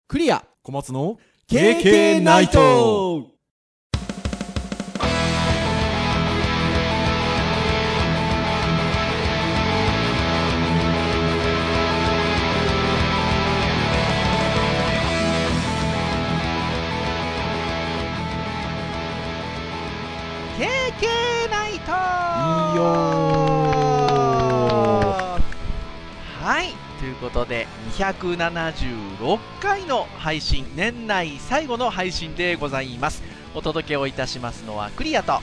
クリア小松の KK ナイト。 KK ナイト。 いいよはい、ということで276回の配信、年内最後の配信でございます。お届けをいたしますのはクリアと、 はい、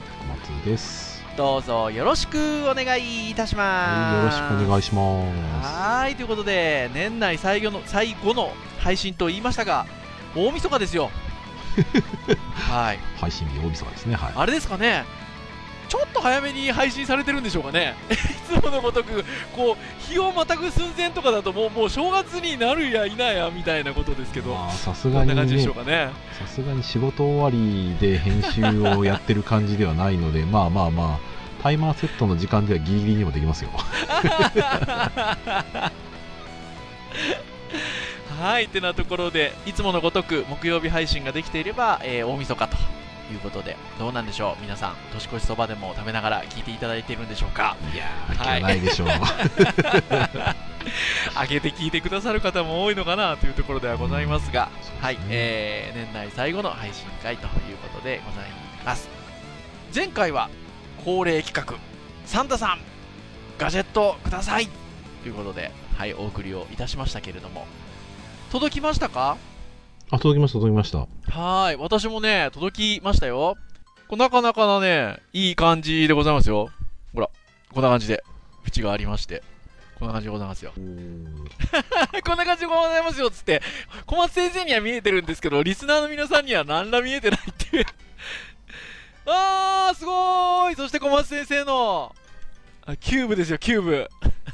小松です。 どうぞよろしくお願いいたします。 はい、よろしくお願いします。 はい、ということで年内最後の配信と言いましたが、大晦日ですよ。はい、 配信日大晦日ですね。はい。 あれですかね、ちょっと早めに配信されてるんでしょうかね。いつものごとくこう日をまたぐ寸前とかだともう正月になるや否やみたいなことですけど、 さすがにこんな感じでしょうかね。 さすがに仕事終わりで編集をやってる感じではないのでまあタイマーセットの時間ではギリギリにもできますよ。 はい、ってなところで、いつものごとく木曜日配信ができていれば、大晦日ということで、どうなんでしょう、皆さん年越しそばでも食べながら聞いていただいているんでしょうか。 いやー、聞かないでしょう。 上げて聞いてくださる方も多いのかなというところではございますが、はい、年内最後の配信会ということでございます。前回は恒例企画、サンタさんガジェットくださいということで、はい、お送りをいたしましたけれども、届きましたか？ 届きました。 はい、私もね届きましたよ。なかなかなね、いい感じでございますよ。ほら、こんな感じで縁がありまして、こんな感じでございますよ。こんな感じでございますよっつって、小松先生には見えてるんですけど、リスナーの皆さんには何ら見えてないっていう。あー、すごーい。そして小松先生のキューブですよ、キューブ。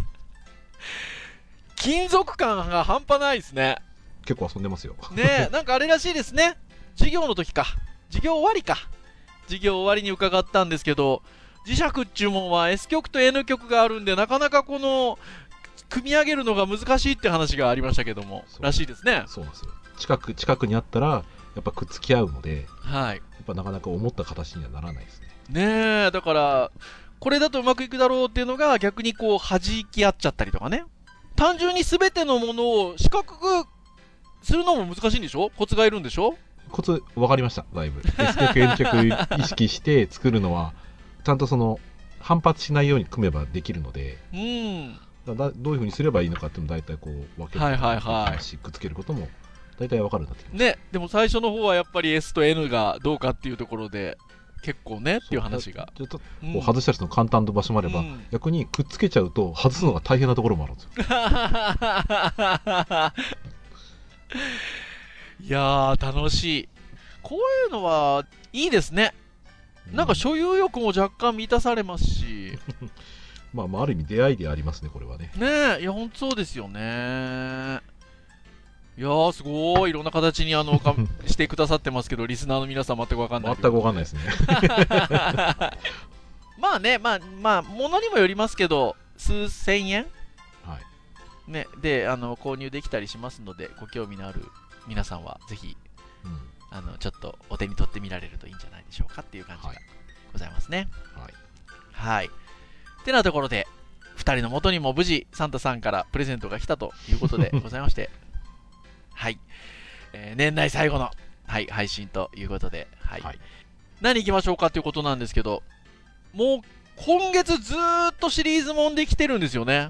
金属感が半端ないですね。 結構遊んでますよ。 ねえ、なんかあれらしいですね。授業の時か、授業終わりに伺ったんですけど、磁石っちゅうもんは S 極と N 極があるんで、なかなかこの組み上げるのが難しいって話がありましたけども、らしいですね。 そうなんですよ。近くにあったらやっぱくっつき合うので、 はい、 やっぱなかなか思った形にはならないですね。 ねえ、だからこれだとうまくいくだろうっていうのが逆にこう弾き合っちゃったりとかね。単純に全てのものを四角くするのも難しいんでしょ？コツがいるんでしょ？ コツ分かりました。だいぶ S 極 N 極意識して作るのはちゃんとその反発しないように組めばできるので、どういう風にすればいいのかっていうのを大体こう分ける、くっつけることも大体分かるようになってきますね。 でも最初の方はやっぱり S と N がどうかっていうところで結構ねっていう話が、 ちょっとこう外したりするの簡単な場所もあれば、逆にくっつけちゃうと外すのが大変なところもあるんですよ。 いやー楽しい。こういうのはいいですね。なんか所有欲も若干満たされますしまあある意味出会いでありますね、これはね。 ねえ、いや本当そうですよね。いやーすごいいろんな形にしてくださってますけど、リスナーの皆さん全く分かんない。 全く分かんないですね。 まあね、まあ物にもよりますけど、数千円、はいね、で購入できたりしますので、ご興味のある皆さんはぜひ、ちょっとお手に取ってみられるといいんじゃないでしょうかっていう感じがございますね。はい。てなところで、2人の元にも無事サンタさんからプレゼントが来たということでございましてはい、年内最後の、はい、配信ということで、何行きましょうかということなんですけど、もう今月ずーっとシリーズもんできてるんですよね。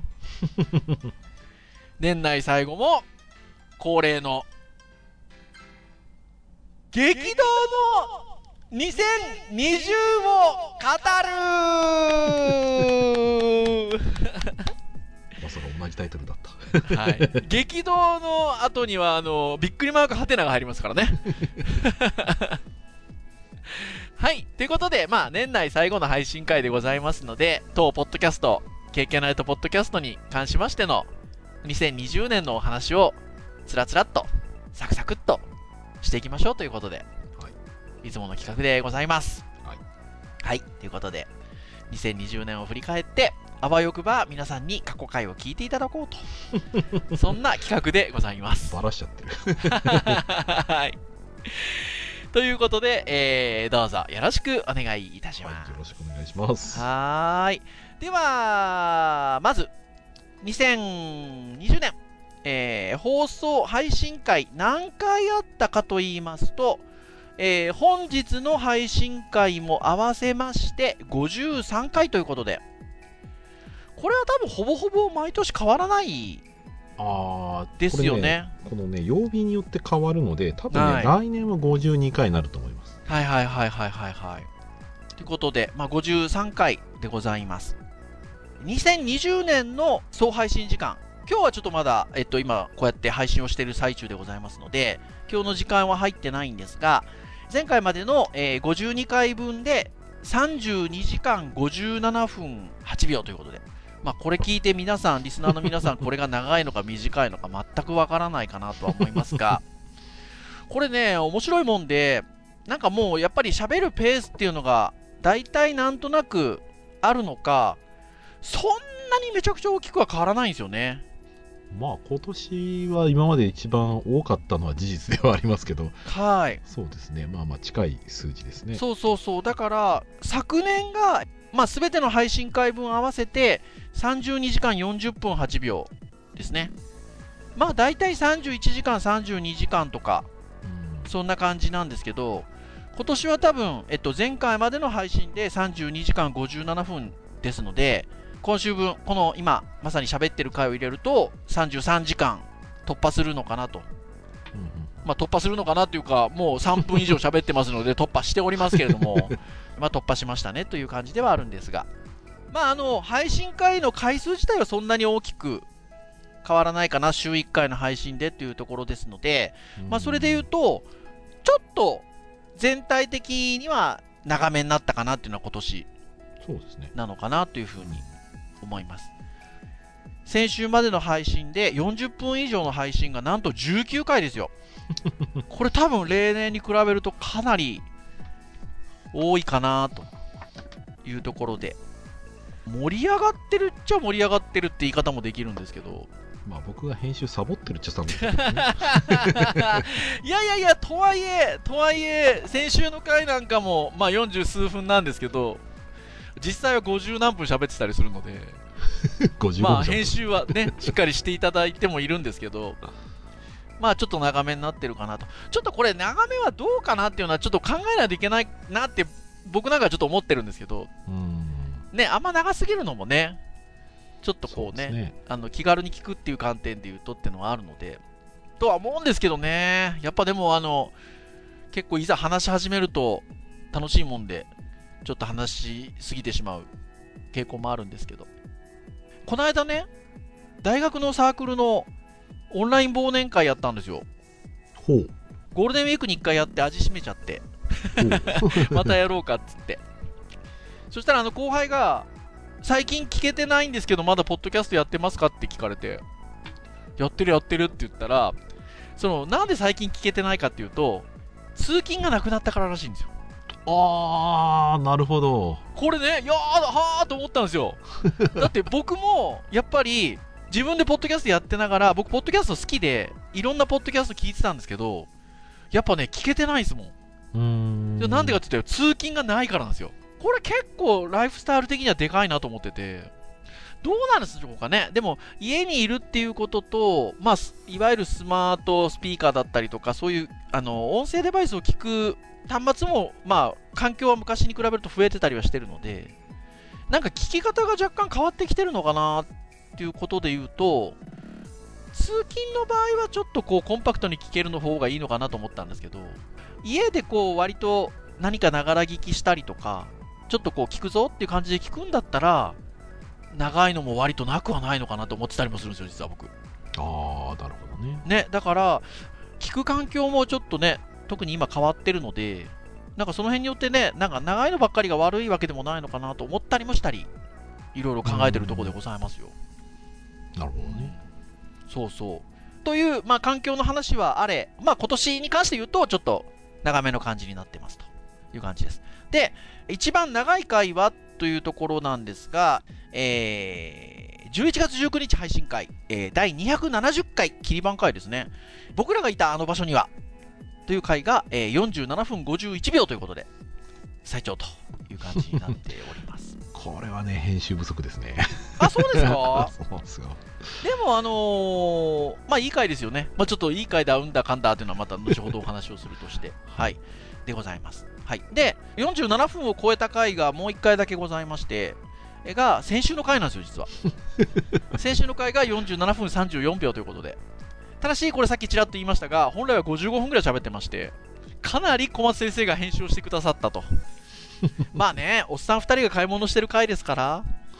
年内最後も恒例の激動の2020を語るまさか同じタイトルだった。 はい、激動の後にはびっくりマークハテナが入りますからね。はい、ということで、年内最後の配信会でございますので、当ポッドキャスト、KKナイトポッドキャストに関しましての2020年のお話をつらつらっとサクサクっとしていきましょうということで、いつもの企画でございます。はい、ということで2020年を振り返って、 あわよくば皆さんに過去回を聞いていただこうとそんな企画でございます。 バラしちゃってるはい。ということで、どうぞよろしくお願いいたします。 はい、よろしくお願いします。 はい。では、まず、2020年、放送配信会何回あったかと言いますと、本日の配信会も合わせまして53回ということで、これは多分ほぼほぼ毎年変わらないですよね。 このね、曜日によって変わるので、多分ね、はい、来年は52回になると思います。 はいはいはいはいはいはい。ということで、53回でございます。2020年の総配信時間、今日はちょっとまだ、今こうやって配信をしている最中でございますので、今日の時間は入ってないんですが、前回までの、52回分で32時間57分8秒ということで、これ聞いて皆さん、リスナーの皆さん、これが長いのか短いのか全くわからないかなとは思いますが、これね、面白いもんで、なんかもうやっぱり喋るペースっていうのが大体なんとなくあるのか、そんなにめちゃくちゃ大きくは変わらないんですよね。 今年は今まで一番多かったのは事実ではありますけど、 はい、 そうですね、近い数字ですね。 そうそうそう、だから昨年が、全ての配信回分合わせて32時間40分8秒ですね。だいたい31時間32時間とか、そんな感じなんですけど、今年は多分、前回までの配信で32時間57分ですので、今週分、この今まさに喋ってる回を入れると33時間突破するのかなと、突破するのかなというか、もう3分以上喋ってますので突破しておりますけれども突破しましたねという感じではあるんですが、配信回の回数自体はそんなに大きく変わらないかな、週1回の配信でというところですので、それで言うとちょっと全体的には長めになったかなっていうのは今年なのかなというふうに思います。先週までの配信で40分以上の配信がなんと19回ですよこれ多分例年に比べるとかなり多いかなというところで、盛り上がってるっちゃ盛り上がってるって言い方もできるんですけど、 僕が編集サボってるっちゃサボってる、ね、 いやとはいえ先週の回なんかも40数分なんですけど、実際は50何分喋ってたりするので編集はねしっかりしていただいてもいるんですけど、ちょっと長めになってるかなと。ちょっとこれ長めはどうかなっていうのはちょっと考えないといけないなって僕なんかちょっと思ってるんですけど、ね、あんま長すぎるのもね、ちょっとこうね、気軽に聞くっていう観点で言うとっていうのはあるのでとは思うんですけどね。やっぱでも結構いざ話し始めると楽しいもんでちょっと話しすぎてしまう傾向もあるんですけど、この間ね、大学のサークルのオンライン忘年会やったんですよ。 ほう。 ゴールデンウィークに1回やって味しめちゃってまたやろうかっつって、そしたら後輩が最近聞けてないんですけどまだポッドキャストやってますかって聞かれて、やってるって言ったら、なんで最近聞けてないかっていうと、通勤がなくなったかららしいんですよ。 なるほど。 これね、いやはーと思ったんですよだって僕もやっぱり自分でポッドキャストやってながら、僕ポッドキャスト好きでいろんなポッドキャスト聞いてたんですけど、やっぱね聞けてないですもん。なんでかって言ったら通勤がないからなんですよ。これ結構ライフスタイル的にはでかいなと思ってて、どうなんでしょうかね。でも家にいるっていうことと、いわゆるスマートスピーカーだったりとか、そういう音声デバイスを聞く端末も環境は昔に比べると増えてたりはしてるので、なんか聞き方が若干変わってきてるのかなっていうことで言うと、通勤の場合はちょっとコンパクトに聞けるの方がいいのかなと思ったんですけど、家で割と何かながら聞きしたりとか、ちょっと聞くぞっていう感じで聞くんだったら、長いのも割となくはないのかなと思ってたりもするんですよ、実は僕。 なるほどね。 だから聞く環境もちょっとね、特に今変わってるので、なんかその辺によってね、なんか長いのばっかりが悪いわけでもないのかなと思ったりもしたり、いろいろ考えてるところでございますよ。 なるほどね。 そうそう。という、環境の話はあれ、今年に関して言うとちょっと長めの感じになってますという感じです。で、一番長い回はっというところなんですが、11月19日配信会、第270回切り番会ですね。僕らがいたあの場所にはという回が、47分51秒ということで最長という感じになっておりますこれはね、編集不足ですね。 あ、そうですかそうですよ。 でもまあいい回ですよね。まあちょっといい回だうんだかんだというのはまた後ほどお話をするとしてはいでございます。はい。で47分を超えた回がもう1回だけございまして、が先週の回なんですよ実は先週の回が47分34秒ということで、ただしこれさっきちらっと言いましたが、本来は55分ぐらい喋ってまして、かなり小松先生が編集をしてくださったとまあね、おっさん2人が買い物してる回ですから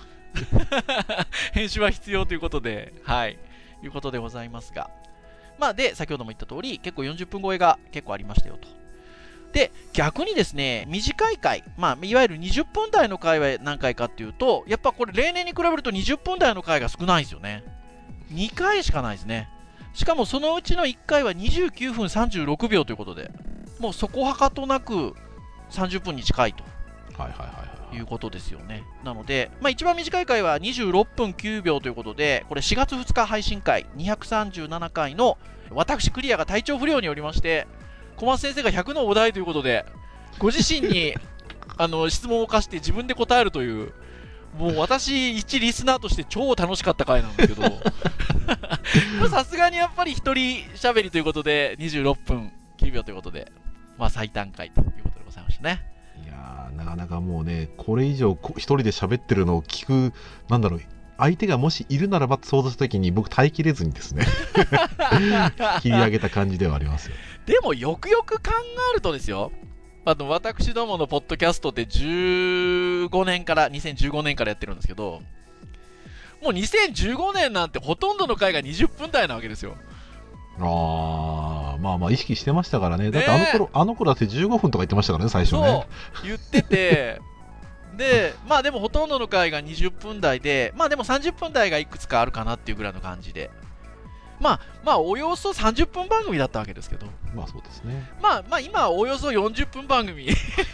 編集は必要ということで、はいいうことでございますが、まあで先ほども言った通り結構40分超えが結構ありましたよと。で逆にですね、短い回、まあいわゆる20分台の回は何回かっていうと、やっぱこれ例年に比べると20分台の回が少ないんですよね。2回しかないですね。しかもそのうちの1回は29分36秒ということで、もうそこはかとなく30分に近いということですよね。なので、まあ、一番短い回は26分9秒ということで、これ4月2日配信回237回の私クリアが体調不良によりまして、小松先生が100のお題ということでご自身に質問を課して自分で答えるという、もう私一リスナーとして超楽しかった回なんですけどさすがにやっぱり一人喋りということで26分9秒ということで、まあ最短回ということでございましたね。 いやー、なかなかもうね、これ以上一人で喋ってるのを聞く、なんだろう、相手がもしいるならばと想像したときに僕耐えきれずにですね切り上げた感じではありますよ。 でもよくよく考えるとですよ、私どものポッドキャストって2015年からやってるんですけど、もう2015年なんてほとんどの回が20分台なわけですよ。 まあまあ意識してましたからね。だってあの頃だって15分とか言ってましたからね、最初ね。 そう言っててでまあでもほとんどの回が20分台で、まあでも30分台がいくつかあるかなっていうぐらいの感じで、まあおよそ30分番組だったわけですけど、 まあそうですね。 まあ今はおよそ40分番組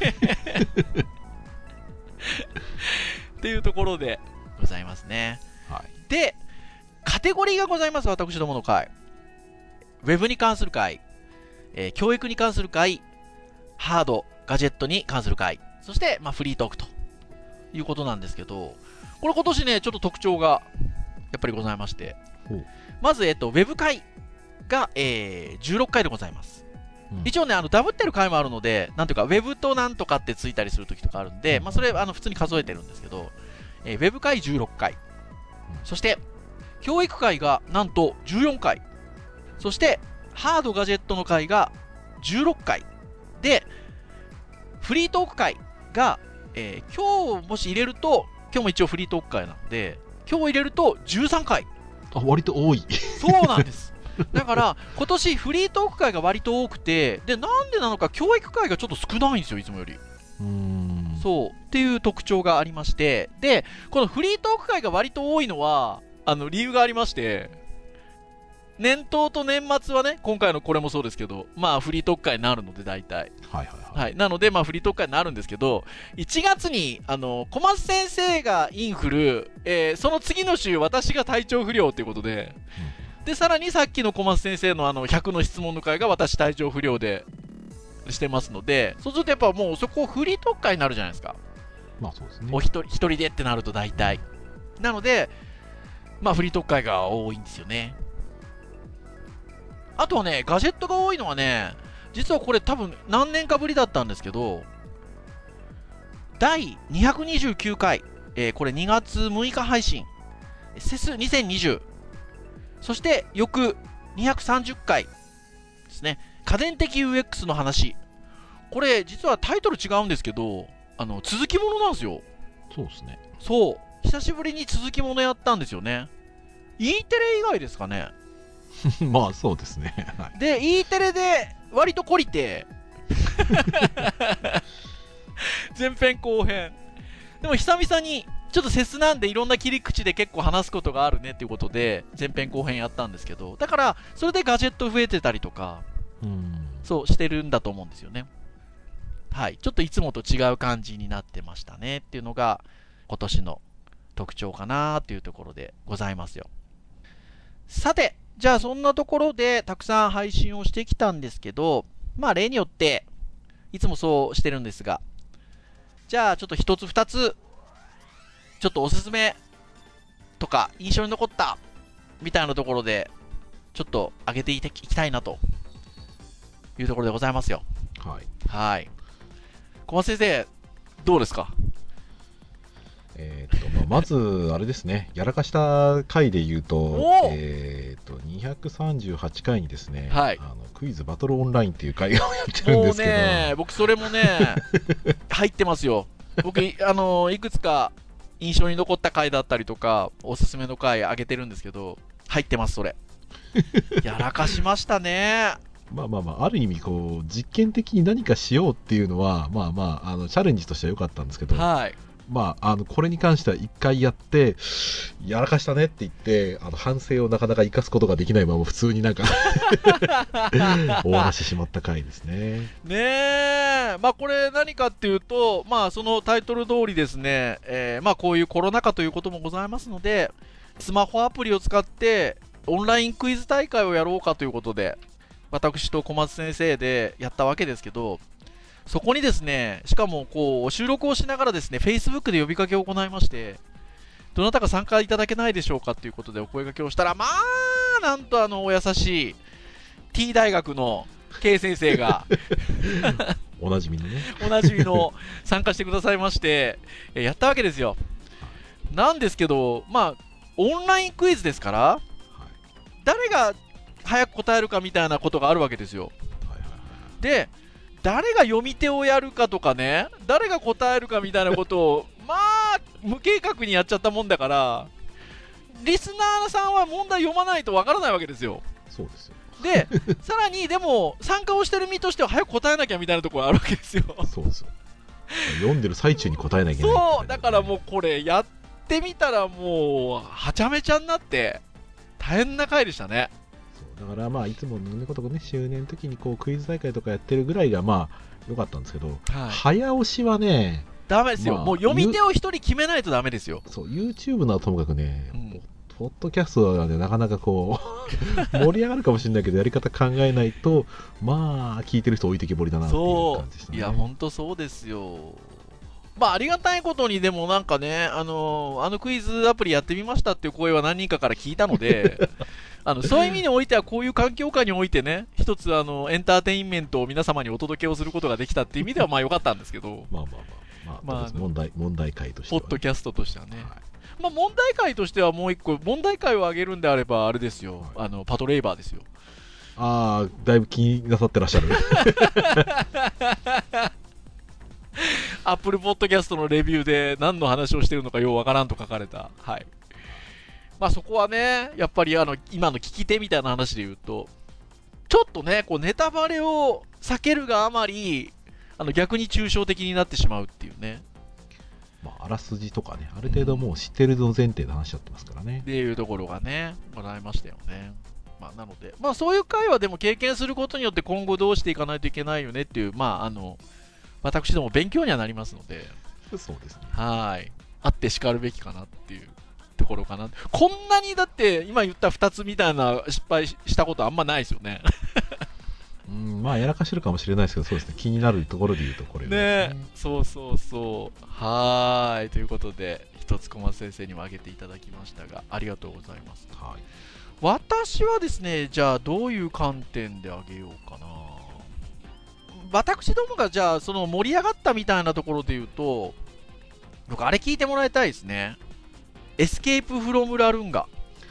っていうところでございますね。 はい。 でカテゴリーがございます。私どもの回、ウェブに関する回、教育に関する回、ハードガジェットに関する回、そして、まあ、フリートークということなんですけど、これ今年ねちょっと特徴がやっぱりございまして、まずウェブ回が、16回でございます。一応ねダブってる回もあるので、なんていうかウェブとなんとかってついたりするときとかあるんで、まあ、それ普通に数えてるんですけど、ウェブ回16回、そして教育回がなんと14回、そしてハードガジェットの回が16回で、フリートーク回が、今日もし入れると、今日も一応フリートーク回なので今日入れると13回。 割と多い。 そうなんですだから今年フリートーク回が割と多くて、でなんでなのか教育回がちょっと少ないんですよ、いつもより。そうっていう特徴がありまして、でこのフリートーク回が割と多いのは理由がありまして、年頭と年末はね、今回のこれもそうですけど、まあフリートーク回になるので大体、なのでまあフリートーク回になるんですけど、1月に小松先生がインフル、その次の週私が体調不良ということで、でさらにさっきの小松先生の100の質問の回が私体調不良でしてますので、そうするとやっぱもうそこフリートーク回になるじゃないですか。 まあそうですね。 お一人でってなると大体、なのでまあフリートーク回が多いんですよね。あとはね、ガジェットが多いのはね、実はこれ多分何年かぶりだったんですけど、第229回、これ2月6日配信、セス2020、そして翌230回ですね、家電的 UX の話。これ実はタイトル違うんですけど、続きものなんですよ。 そうですね。 そう、久しぶりに続きものやったんですよね。E テレ以外ですかねまあそうですね、はい、 で E テレで割と懲りて前編後編でも久々にちょっとセスなんでいろんな切り口で結構話すことがあるねっていうことで前編後編やったんですけど、だからそれでガジェット増えてたりとかそうしてるんだと思うんですよね。 はい、ちょっといつもと違う感じになってましたねっていうのが今年の特徴かなというところでございますよ。さて、じゃあそんなところでたくさん配信をしてきたんですけど、まあ例によっていつもそうしてるんですが、じゃあちょっと一つ二つちょっとおすすめとか印象に残ったみたいなところでちょっと上げていきたいなというところでございますよ。 はい。 はい。小松先生、どうですか？ まずあれですね、やらかした回で言うと、238回にですね、 はい、 クイズバトルオンラインっていう回をやってるんですけど、もうね、僕それもね入ってますよ。僕いくつか印象に残った回だったりとかおすすめの回あげてるんですけど、入ってます。それやらかしましたね。 まあある意味こう実験的に何かしようっていうのはチャレンジとしては良かったんですけど、 はい、 これに関しては1回やってやらかしたねって言って反省をなかなか生かすことができないまま普通になんか終わらせてしまった回ですね。 ねえ、これ何かっていうと、そのタイトル通りですね、こういうコロナ禍ということもございますので、スマホアプリを使ってオンラインクイズ大会をやろうかということで私と小松先生でやったわけですけど、そこにですね、しかもこう収録をしながらですね、Facebook で呼びかけを行いまして、どなたか参加いただけないでしょうかということでお声掛けをしたら、なんとお優しい T 大学の K 先生がおなじみのね、 おなじみの参加してくださいましてやったわけですよ。なんですけど、オンラインクイズですから、誰が早く答えるかみたいなことがあるわけですよ。で、誰が読み手をやるかとかね、誰が答えるかみたいなことを無計画にやっちゃったもんだから、リスナーさんは問題読まないとわからないわけですよ。 そうですよ。 で、さらにでも参加をしてる身としては早く答えなきゃみたいなところがあるわけですよ。 そうですよ。読んでる最中に答えなきゃいけない、 そうだからもうこれやってみたらもうはちゃめちゃになって大変な回でしたね。 だからいつものことね、周年の時にこうクイズ大会とかやってるぐらいが良かったんですけど、早押しはねダメですよ。もう読み手を一人決めないとダメですよ。 そう YouTube のはともかくね、ポッドキャストはねなかなかこう盛り上がるかもしれないけどやり方考えないと聞いてる人置いてけぼりだなっていう感じでしたね。 いや本当そうですよ。ありがたいことにでもなんかね、クイズアプリやってみましたっていう声は何人かから聞いたのでそういう意味においてはこういう環境下においてね、一つエンターテインメントを皆様にお届けをすることができたっていう意味では良かったんですけど問題回としては、 ポッドキャストとしてはね、問題回としてはもう一個問題回を上げるんであればあれですよ、パトレイバーですよ。 だいぶ気になさってらっしゃるアップルポッドキャストのレビューで何の話をしてるのかようわからんと書かれた。はい。そこはね、やっぱり今の聞き手みたいな話で言うと、ちょっとね、こうネタバレを避けるがあまり、逆に抽象的になってしまうっていうね。 あらすじとかね、ある程度もう知ってるの前提で話しちゃってますからね。 っていうところがね、もらいましたよね。なので、そういう会はでも経験することによって今後どうしていかないといけないよねっていう、私ども勉強にはなりますので、 そうですね。 はい。あってしかるべきかなっていうところかな。こんなにだって今言った2つみたいな失敗したことあんまないですよね。 やらかしてるかもしれないですけど、そうですね、気になるところで言うとこれね。そうはいということで一つ小松先生にも挙げていただきましたが、ありがとうございます。 はい。 私はですね、じゃあどういう観点で挙げようかな。私どもがじゃあその盛り上がったみたいなところで言うと、僕あれ聞いてもらいたいですね。エスケープフロムラルンガ。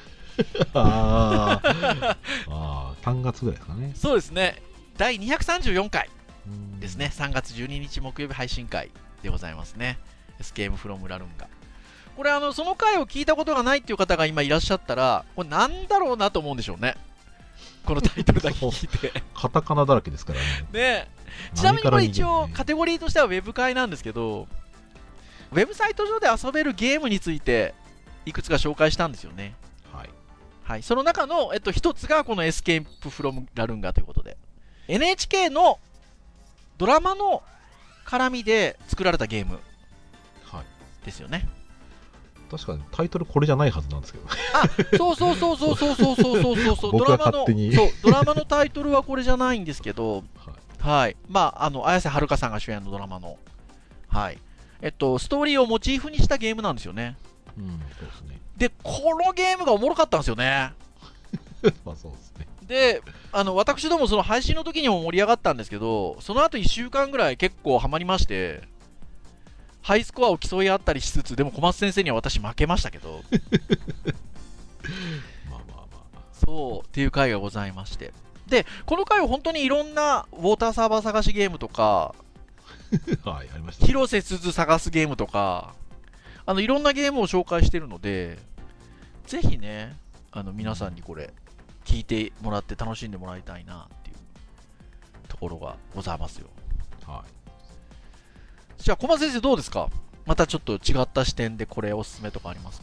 3月ぐらいですかね。 そうですね、第234回ですね。3月12日木曜日配信会でございますね。エスケープフロムラルンガ。これその回を聞いたことがないっていう方が今いらっしゃったら、これなんだろうなと思うんでしょうね。このタイトルだけ聞いてカタカナだらけですからね。 ちなみにこれ一応カテゴリーとしてはウェブ会なんですけど、ウェブサイト上で遊べるゲームについていくつか紹介したんですよね。はい、その中の一つがこのエスケープフロムラルンガということで、 NHK のドラマの絡みで作られたゲームはいですよね。 確かにタイトルこれじゃないはずなんですけどあ、そうそうそうそうそうそうそうそうそう僕は勝手にドラマのタイトルはこれじゃないんですけど、 はい、 はい、まあ綾瀬はるかさんが主演のドラマの、はい、ストーリーをモチーフにしたゲームなんですよね。 うん、そうですね。 でこのゲームがおもろかったんですよね。 まあそうですね。 で私どもその配信の時にも盛り上がったんですけど、その後1週間ぐらい結構ハマりまして、ハイスコアを競い合ったりしつつ、でも小松先生には私負けましたけどまあまあまあそうっていう回がございまして、でこの回は本当にいろんなウォーターサーバー探しゲームとかはい、ありました、ね、 広瀬すず探すゲームとかいろんなゲームを紹介してるので、ぜひね皆さんにこれ聞いてもらって楽しんでもらいたいなっていうところがございますよ。 はい。 じゃあ小松先生どうですか？またちょっと違った視点でこれおすすめとかありますか？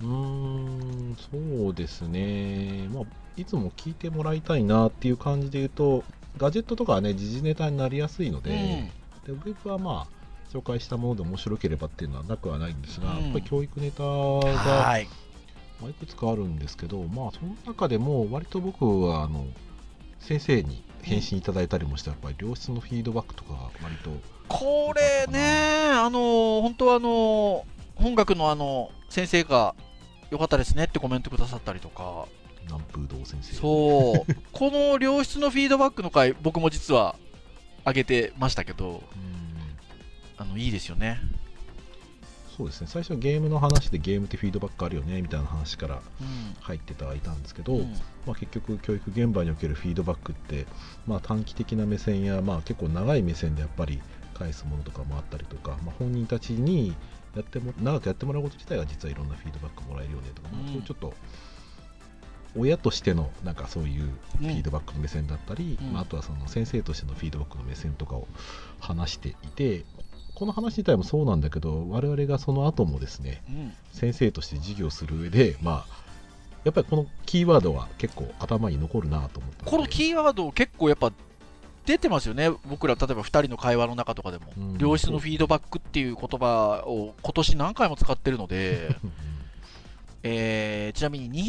そうですね、まあ、いつも聞いてもらいたいなっていう感じで言うと、ガジェットとかはね時事ネタになりやすいので、でウェブはまあ紹介したもので面白ければっていうのはなくはないんですが、やっぱり教育ネタがいくつかあるんですけど、まあその中でも割と僕は先生に返信いただいたりもして、やっぱり良質のフィードバックとか割とこれね、本当は本学の先生が良かったですねってコメントくださったりとか、 南風堂先生、 そうこの良質のフィードバックの回僕も実は上げてましたけど、いいですよね。 そうですね、最初はゲームの話で、ゲームってフィードバックあるよねみたいな話から入っていただいたんですけど、まあ、結局教育現場におけるフィードバックって、まあ、短期的な目線や、まあ、結構長い目線でやっぱり返すものとかもあったりとか、まあ、本人たちに長くやってもらうこと自体が実はいろんなフィードバックもらえるよねとか、まあ、そういうちょっと親としてのなんかそういうフィードバックの目線だったり、まあ、あとはその先生としてのフィードバックの目線とかを話していて、この話自体もそうなんだけど、我々がその後もですね、先生として授業する上で、まあ、やっぱりこのキーワードは結構頭に残るなと思ったので、 このキーワード結構やっぱ出てますよね。僕ら例えば2人の会話の中とかでも、良質のフィードバックっていう言葉を今年何回も使ってるのでちなみに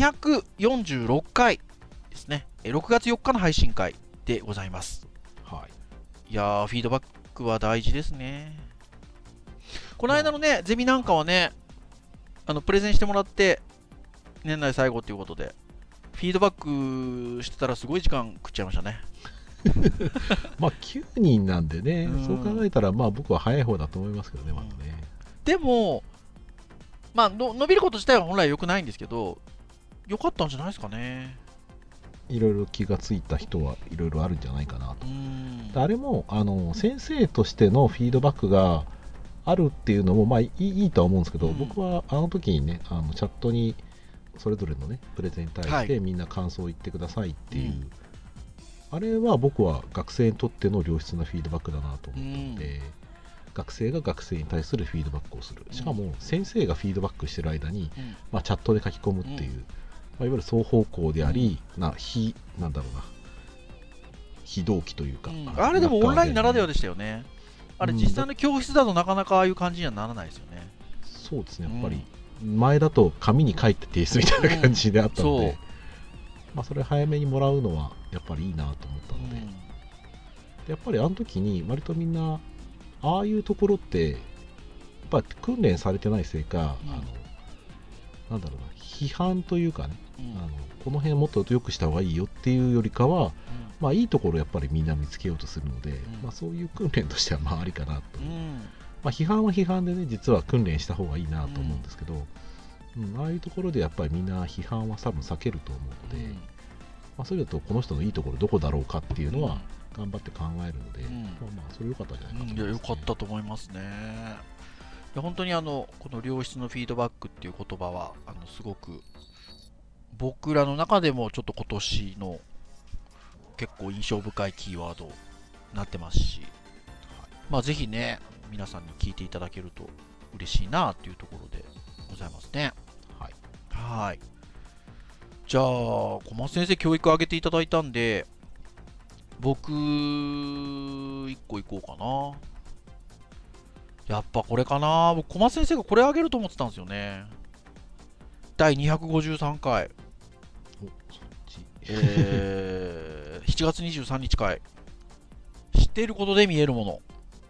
246回ですね、6月4日の配信会でございます。 はい、 いやー、フィードバックは大事ですね。この間のね、ゼミなんかはね、プレゼンしてもらって年内最後ということで、フィードバックしてたらすごい時間食っちゃいましたねまあ9人なんでね、そう考えたらまあ僕は早い方だと思いますけどね、まだね。 でも、まあ、伸びること自体は本来良くないんですけど、良かったんじゃないですかね。 いろいろ気がついた人はいろいろあるんじゃないかなと。あれも先生としてのフィードバックがあるっていうのもまあいいとは思うんですけど、僕はあの時にねチャットにそれぞれのねプレゼンに対してみんな感想を言ってくださいっていう、あれは僕は学生にとっての良質なフィードバックだなと思ったので、学生が学生に対するフィードバックをする、しかも先生がフィードバックしてる間に、まあ、チャットで書き込むっていう、まあ、いわゆる双方向であり、なんだろうな、非同期というか、 あれでもオンラインならではでしたよね。あれ実際の教室だとなかなかああいう感じにはならないですよね。 そうですね、やっぱり前だと紙に書いて提出みたいな感じであったので、まあ、それ早めにもらうのはやっぱりいいなと思ったので、やっぱりあの時に割とみんなああいうところってやっぱり訓練されてないせいか、なんだろうな、批判というかね、この辺もっと良くした方がいいよっていうよりかは、まあいいところをやっぱりみんな見つけようとするので、まあ、そういう訓練としてはまあありかなと、まあ、批判は批判でね実は訓練した方がいいなと思うんですけど、ああいうところでやっぱりみんな批判は多分避けると思うので、まあ、それだとこの人のいいところどこだろうかっていうのは頑張って考えるので、まあそれ良かったんじゃないかと思いますね。 いや、良かったと思いますね。いや本当にこの良質のフィードバックっていう言葉はすごく僕らの中でもちょっと今年の結構印象深いキーワードになってますし、まあぜひね皆さんに聞いていただけると嬉しいなっていうところでございますね。はい。じゃあ小松先生教育上げていただいたんで、僕1個いこうかな。 やっぱこれかな。僕小松先生がこれあげると思ってたんですよね。第253回7月23日回、知っていることで見えるもの。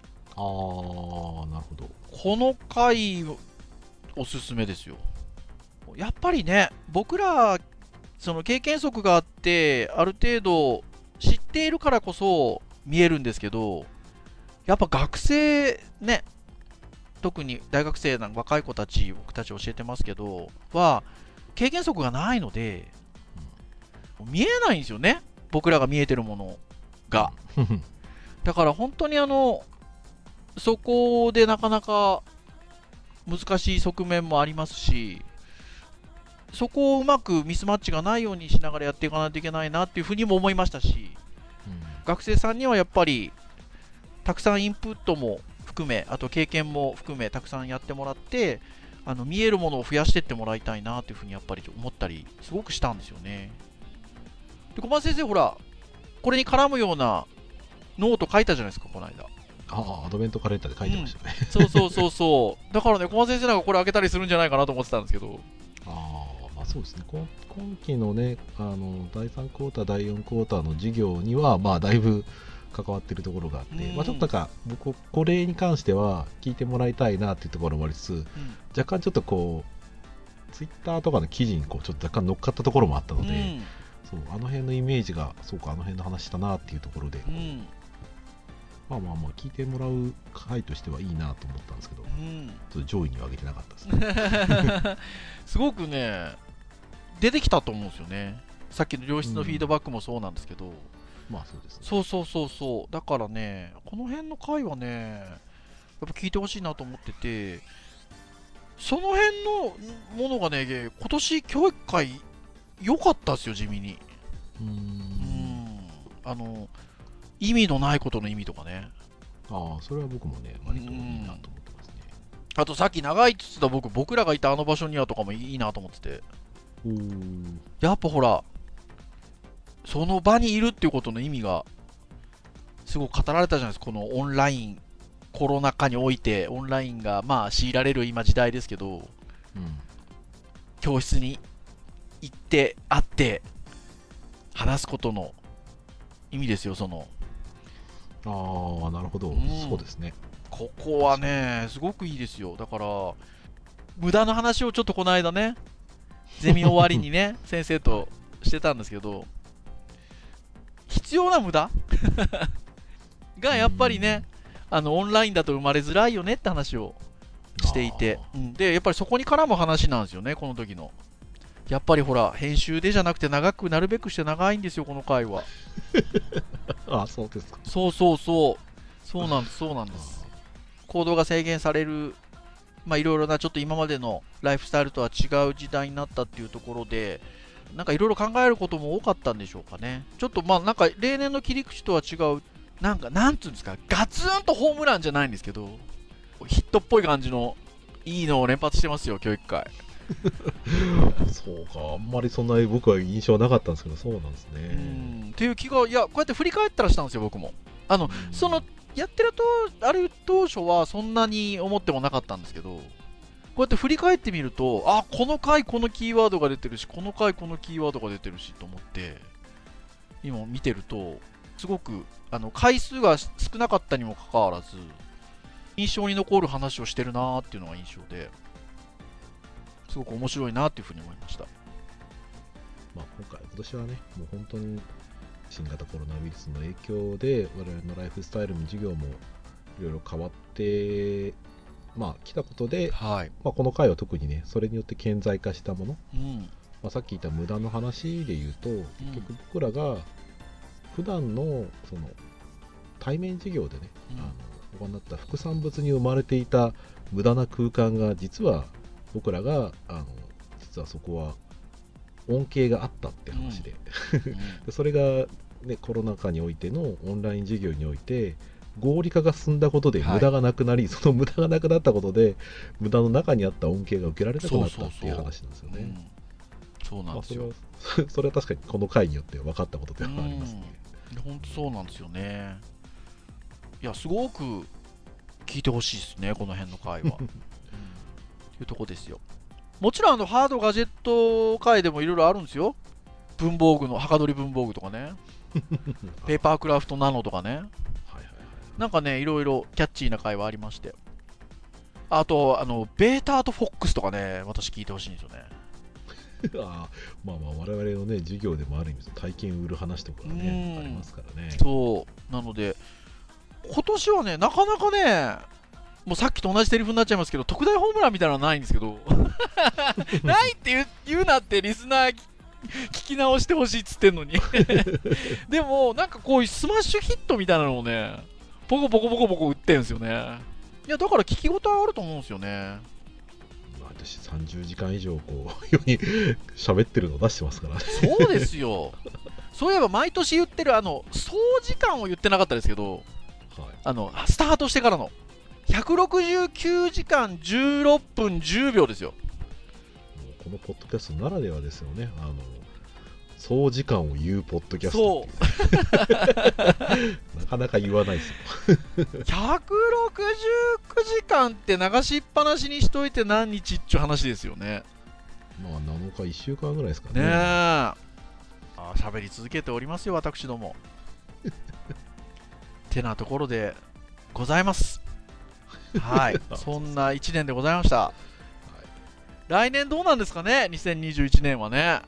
なるほど。 この回おすすめですよ。やっぱりね、僕らその経験則があってある程度知っているからこそ見えるんですけど、やっぱ学生ね、特に大学生の若い子たち、僕たち教えてますけどは経験則がないので、見えないんですよね、僕らが見えてるものが。だから本当にそこでなかなか難しい側面もありますし、そこをうまくミスマッチがないようにしながらやっていかないといけないなっていうふうにも思いましたし、学生さんにはやっぱりたくさんインプットも含め、あと経験も含めたくさんやってもらって、見えるものを増やしていってもらいたいなというふうにやっぱり思ったりすごくしたんですよね。で、小松先生、ほらこれに絡むようなノート書いたじゃないですか、この間。 アドベントカレンダーで書いてましたね、 そうだからね、小松先生なんかこれ開けたりするんじゃないかなと思ってたんですけど。 まあそうですね、今期のね、第3クォーター第4クォーターの授業にはまあだいぶ関わってるところがあって、まあ、ちょっとなんか僕これに関しては聞いてもらいたいなっていうところもありつつ、若干ちょっとこうツイッターとかの記事にこうちょっと若干乗っかったところもあったので、そうあの辺のイメージが、そうかあの辺の話したなっていうところで、まあ聞いてもらう回としてはいいなと思ったんですけど、ちょっと上位には上げてなかったですね。 すごくね出てきたと思うんですよね。さっきの良質のフィードバックもそうなんですけど、 まあそうですね。 そうだからね、この辺の回はねやっぱ聞いてほしいなと思ってて、その辺のものがね今年教育会良かったですよ、地味に。意味のないことの意味とかね。 それは僕もね割といいなと思ってますね。 あとさっき長いって言ってた僕らがいたあの場所にはとかもいいなと思ってて、やっぱほらその場にいるっていうことの意味がすごく語られたじゃないですか。このオンライン、コロナ禍においてオンラインがまあ強いられる今時代ですけど、教室に行って会って話すことの意味ですよ。そのなるほど、そうですね。 ここはねすごくいいですよ。だから無駄な話をちょっとこの間ねゼミ終わりにね先生としてたんですけど、必要な無駄がやっぱりねオンラインだと生まれづらいよねって話をしていて、でやっぱりそこに絡む話なんですよね、この時の。やっぱりほら編集でじゃなくて長くなるべくして長いんですよ、この回は。 そうですか。 そうなんです。行動が制限される、いろいろなちょっと今までのライフスタイルとは違う時代になったっていうところで、なんかいろいろ考えることも多かったんでしょうかね。ちょっとなんか例年の切り口とは違う、なんていうんですか、ガツンとホームランじゃないんですけど、ヒットっぽい感じのいいのを連発してますよ、教育会。 そうか、あんまりそんなに僕は印象はなかったんですけど、そうなんですね。 っていう気が、いやこうやって振り返ったらしたんですよ、僕も。そのやってるとある当初はそんなに思ってもなかったんですけど、こうやって振り返ってみると、この回このキーワードが出てるし、この回このキーワードが出てるしと思って、今見てるとすごく回数が少なかったにもかかわらず印象に残る話をしてるなーっていうのが印象で、すごく面白いなっていうふうに思いました。 今年はね、もう本当に新型コロナウイルスの影響で我々のライフスタイルも授業もいろいろ変わって来たことで、この回は特にねそれによって顕在化したもの、さっき言った無駄の話で言うと、結局僕らが普段のその対面授業でね、行った副産物に生まれていた無駄な空間が、実は僕らが実はそこは恩恵があったって話で、でそれが、ね、コロナ禍においてのオンライン授業において合理化が進んだことで無駄がなくなり、その無駄がなくなったことで無駄の中にあった恩恵が受けられなくなったっていう話なんですよね。 そうなんですよ。 それは確かにこの回によって分かったことではありますね。 本当そうなんですよね。いやすごく聞いてほしいですね、この辺の回は。というとこですよ。もちろんハードガジェット回でもいろいろあるんですよ。文房具のはかどり文房具とかねペーパークラフトナノとかね、はいはいはい、なんかねいろいろキャッチーな回はありまして、あとベーターとフォックスとかね、私聞いてほしいんですよねまあ我々のね授業でもある意味体験売る話とかねありますからね。 そうなので今年はねなかなかね、もうさっきと同じセリフになっちゃいますけど、特大ホームランみたいなのはないんですけどないって言うなってリスナー聞き直してほしいっつってんのにでもなんかこういうスマッシュヒットみたいなのをねポコポコポコポコ打ってんですよね。いやだから聞き応えあると思うんですよね。 私30時間以上こう世に喋ってるの出してますからね。 そうですよそういえば毎年言ってる総時間を言ってなかったですけど、はい、スタートしてからの169時間16分10秒ですよ。 このポッドキャストならではですよね。総時間を言うポッドキャストなかなか言わないですよ 169時間って流しっぱなしにしといて何日っちゅう話ですよね。 まあ7日1週間ぐらいですかね。 ねえ、喋り続けておりますよ私どもてなところでございますはいそんな1年でございました、はい、来年どうなんですかね、2021年はね。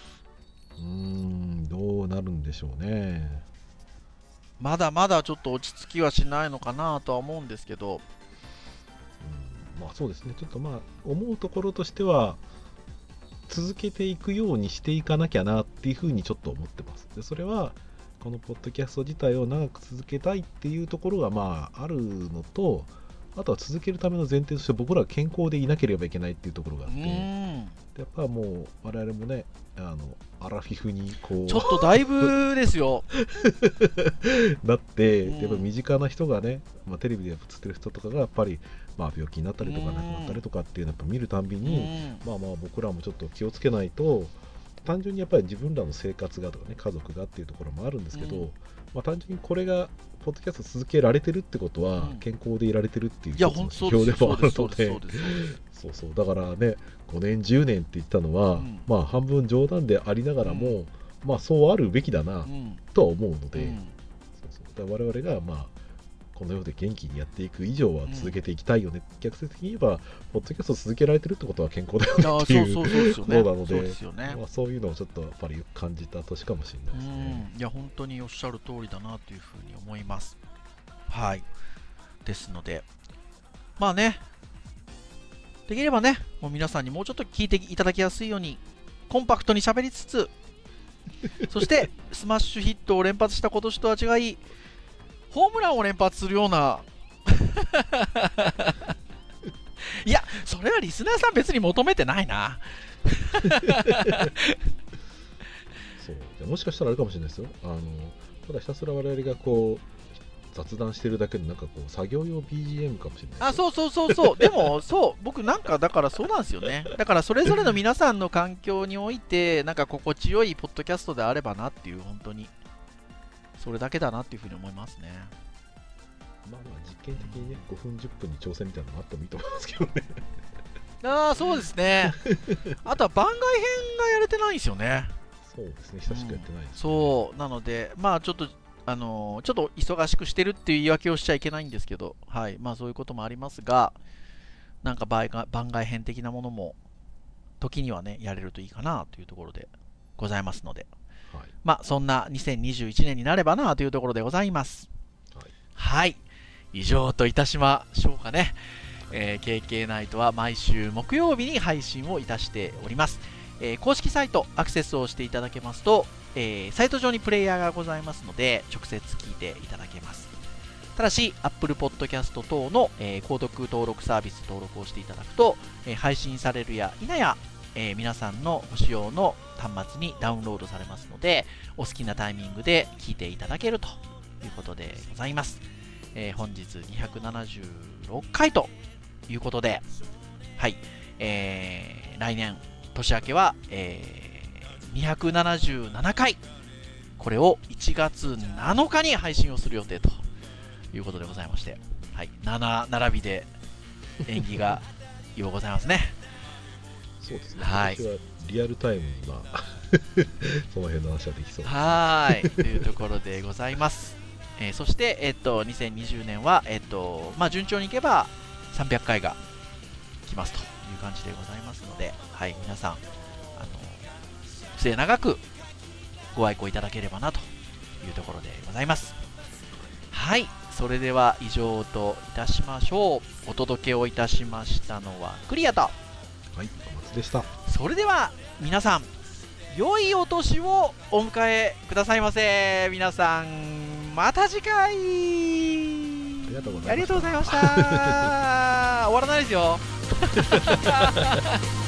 どうなるんでしょうね。 まだまだちょっと落ち着きはしないのかなとは思うんですけど、 まあそうですね、ちょっとまあ思うところとしては続けていくようにしていかなきゃなっていうふうにちょっと思ってます。でそれはこのポッドキャスト自体を長く続けたいっていうところがまああるのと、あとは続けるための前提として僕らは健康でいなければいけないっていうところがあって、やっぱもう我々もねアラフィフにこうちょっとだいぶですよなって、やっぱ身近な人がね、テレビで映ってる人とかがやっぱり、病気になったりとか亡くなったりとかっていうのをやっぱ見るたんびに、僕らもちょっと気をつけないと、単純にやっぱり自分らの生活がとかね家族がっていうところもあるんですけど、単純にこれがポッドキャスト続けられてるってことは、健康でいられてるっていう一つの指標でもあるので、そうだからね5年10年って言ったのは、半分冗談でありながらも、そうあるべきだなとは思うので、だから我々がこの世で元気にやっていく以上は続けていきたいよね、逆説的に言えばポッドキャスト続けられてるってことは健康だよねっていうことなので、そういうのをちょっとやっぱり感じた年かもしれないですね。 いや本当におっしゃる通りだなというふうに思います。はいですのでできればねもう皆さんにもうちょっと聞いていただきやすいようにコンパクトに喋りつつそしてスマッシュヒットを連発した今年とは違いホームランを連発するようないやそれはリスナーさん別に求めてないなそうもしかしたらあるかもしれないですよ。ただひたすら我々がこう雑談してるだけで作業用 BGM かもしれない。 そうでも僕だからそうなんですよね。だからそれぞれの皆さんの環境において心地よいポッドキャストであればなっていう、本当にそれだけだなっていうふうに思いますね。 実験的にね5分10分に挑戦みたいなのもあってもいいと思いますけどねそうですねあとは番外編がやれてないんですよね。 そうですね、久しくやってないです、ねそうなのでちょっと忙しくしてるっていう言い訳をしちゃいけないんですけど、そういうこともありますが、番外編的なものも時にはねやれるといいかなというところでございますので、そんな2021年になればなというところでございます。以上といたしましょうかね。KK ナイトは毎週木曜日に配信をいたしております。公式サイトアクセスをしていただけますと、サイト上にプレイヤーがございますので直接聞いていただけます。ただし Apple Podcast 等の、購読登録サービス登録をしていただくと、配信されるや否や、皆さんのご使用の端末にダウンロードされますので、お好きなタイミングで聞いていただけるということでございます。本日276回ということで、来年年明けは、277回、これを1月7日に配信をする予定ということでございまして、 はい、7並びで縁起がようございますね。 そうですね、 はい、 私はリアルタイムなその辺の話はできそうです、ね、 はいというところでございます。そして、2020年は、順調にいけば300回が来ますという感じでございますので、はい、皆さん末永くご愛顧いただければなというところでございます。はい、それでは以上といたしましょう。お届けをいたしましたのはクリアと、はい、小松でした。 それでは皆さん、良いお年をお迎えくださいませ。皆さん、また次回。ありがとうございました。終わらないですよ。